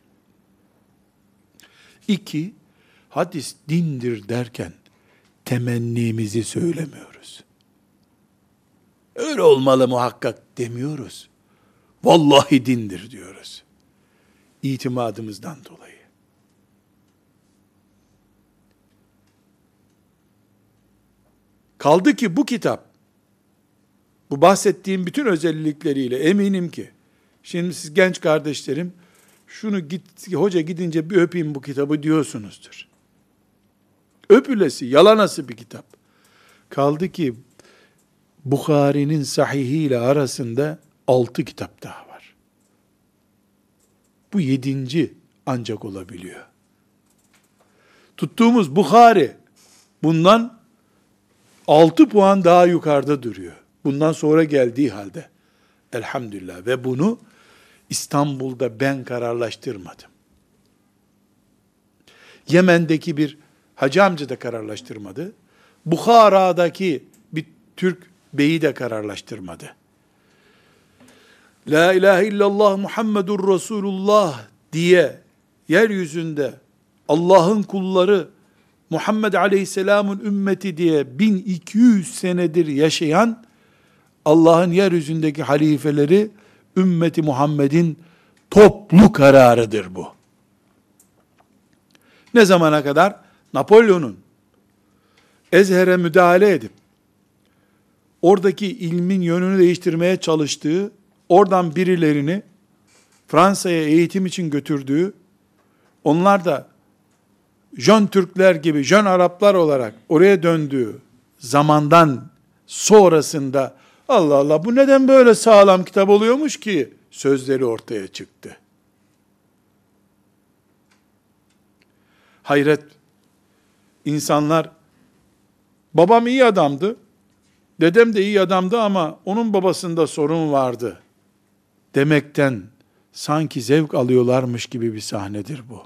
İki, hadis dindir derken temennimizi söylemiyoruz. Öyle olmalı muhakkak demiyoruz. Vallahi dindir diyoruz. İtimadımızdan dolayı. Kaldı ki bu kitap, bu bahsettiğim bütün özellikleriyle eminim ki, şimdi siz genç kardeşlerim, şunu git, hoca gidince bir öpeyim bu kitabı diyorsunuzdur. Öpülesi, yalanası bir kitap. Kaldı ki, Bukhari'nin sahihiyle arasında altı kitap daha var. Bu yedinci ancak olabiliyor. Tuttuğumuz Bukhari, bundan altı puan daha yukarıda duruyor. Bundan sonra geldiği halde. Elhamdülillah. Ve bunu İstanbul'da ben kararlaştırmadım. Yemen'deki bir hacı amca da kararlaştırmadı. Bukhara'daki bir Türk beyi de kararlaştırmadı. La ilahe illallah Muhammedur Resulullah diye yeryüzünde Allah'ın kulları Muhammed Aleyhisselam'ın ümmeti diye bin iki yüz senedir yaşayan Allah'ın yeryüzündeki halifeleri ümmeti Muhammed'in toplu kararıdır bu. Ne zamana kadar? Napolyon'un Ezher'e müdahale edip oradaki ilmin yönünü değiştirmeye çalıştığı, oradan birilerini Fransa'ya eğitim için götürdüğü, onlar da Jön Türkler gibi, Jön Araplar olarak oraya döndüğü zamandan sonrasında Allah Allah bu neden böyle sağlam kitap oluyormuş ki sözleri ortaya çıktı. Hayret, insanlar babam iyi adamdı, dedem de iyi adamdı ama onun babasında sorun vardı demekten sanki zevk alıyorlarmış gibi bir sahnedir bu.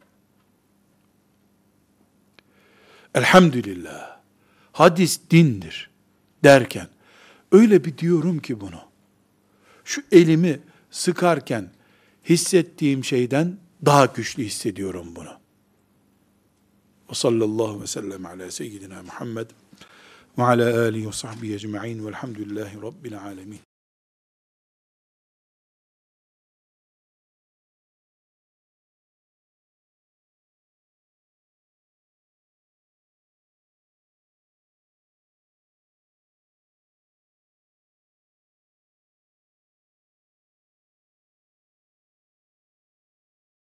Elhamdülillah, hadis dindir derken, öyle bir diyorum ki bunu, şu elimi sıkarken hissettiğim şeyden daha güçlü hissediyorum bunu. Ve sallallahu aleyhi ve sellem ala seyyidina Muhammed ve ala alihi ve sahbihi ecma'in velhamdülillahi rabbil alemin.